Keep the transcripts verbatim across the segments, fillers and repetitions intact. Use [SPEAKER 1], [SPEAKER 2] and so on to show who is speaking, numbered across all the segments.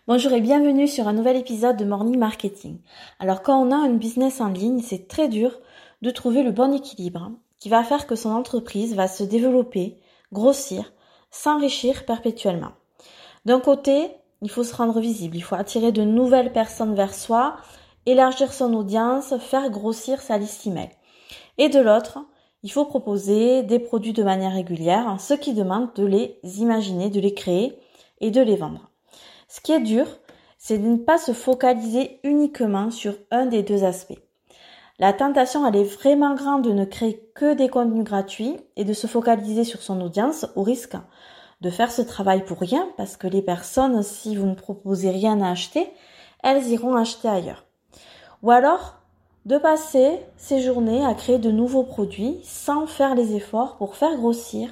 [SPEAKER 1] Bonjour et bienvenue sur un nouvel épisode de Morning Marketing. Alors quand on a un business en ligne, c'est très dur de trouver le bon équilibre qui va faire que son entreprise va se développer, grossir, s'enrichir perpétuellement. D'un côté, il faut se rendre visible, il faut attirer de nouvelles personnes vers soi, élargir son audience, faire grossir sa liste email. Et de l'autre, il faut proposer des produits de manière régulière, ce qui demande de les imaginer, de les créer et de les vendre. Ce qui est dur, c'est de ne pas se focaliser uniquement sur un des deux aspects. La tentation, elle est vraiment grande de ne créer que des contenus gratuits et de se focaliser sur son audience au risque de faire ce travail pour rien parce que les personnes, si vous ne proposez rien à acheter, elles iront acheter ailleurs. Ou alors, de passer ces journées à créer de nouveaux produits sans faire les efforts pour faire grossir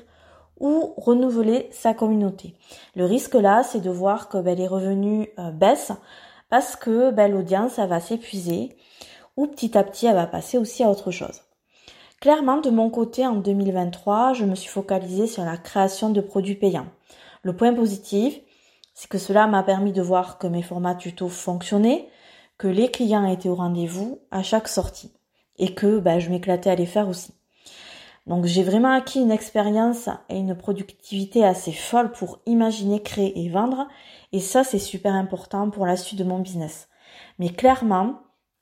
[SPEAKER 1] ou renouveler sa communauté. Le risque là, c'est de voir que ben, les revenus euh, baissent parce que ben, l'audience elle va s'épuiser ou petit à petit elle va passer aussi à autre chose. Clairement, de mon côté, en deux mille vingt-trois, je me suis focalisée sur la création de produits payants. Le point positif, c'est que cela m'a permis de voir que mes formats tuto fonctionnaient, que les clients étaient au rendez-vous à chaque sortie et que ben, je m'éclatais à les faire aussi. Donc j'ai vraiment acquis une expérience et une productivité assez folle pour imaginer, créer et vendre. Et ça, c'est super important pour la suite de mon business. Mais clairement,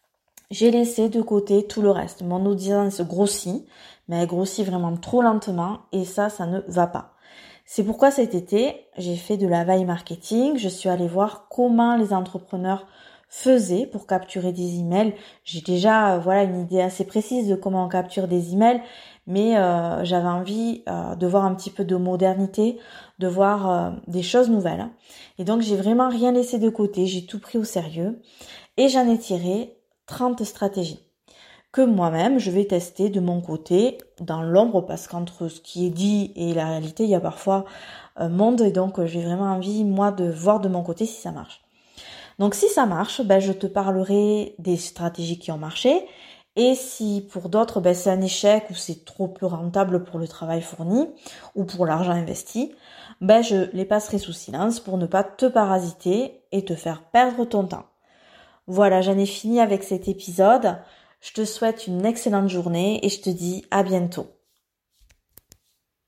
[SPEAKER 1] j'ai laissé de côté tout le reste. Mon audience grossit, mais elle grossit vraiment trop lentement et ça, ça ne va pas. C'est pourquoi cet été, j'ai fait de la veille marketing. Je suis allée voir comment les entrepreneurs faisaient pour capturer des emails. J'ai déjà euh, voilà une idée assez précise de comment on capture des emails, mais euh, j'avais envie euh, de voir un petit peu de modernité, de voir euh, des choses nouvelles. Et donc j'ai vraiment rien laissé de côté, j'ai tout pris au sérieux et j'en ai tiré trente stratégies que moi-même je vais tester de mon côté dans l'ombre parce qu'entre ce qui est dit et la réalité, il y a parfois un monde et donc j'ai vraiment envie moi de voir de mon côté si ça marche. Donc si ça marche, ben, je te parlerai des stratégies qui ont marché. Et si pour d'autres, ben, c'est un échec ou c'est trop peu rentable pour le travail fourni ou pour l'argent investi, ben, je les passerai sous silence pour ne pas te parasiter et te faire perdre ton temps. Voilà, j'en ai fini avec cet épisode. Je te souhaite une excellente journée et je te dis à bientôt.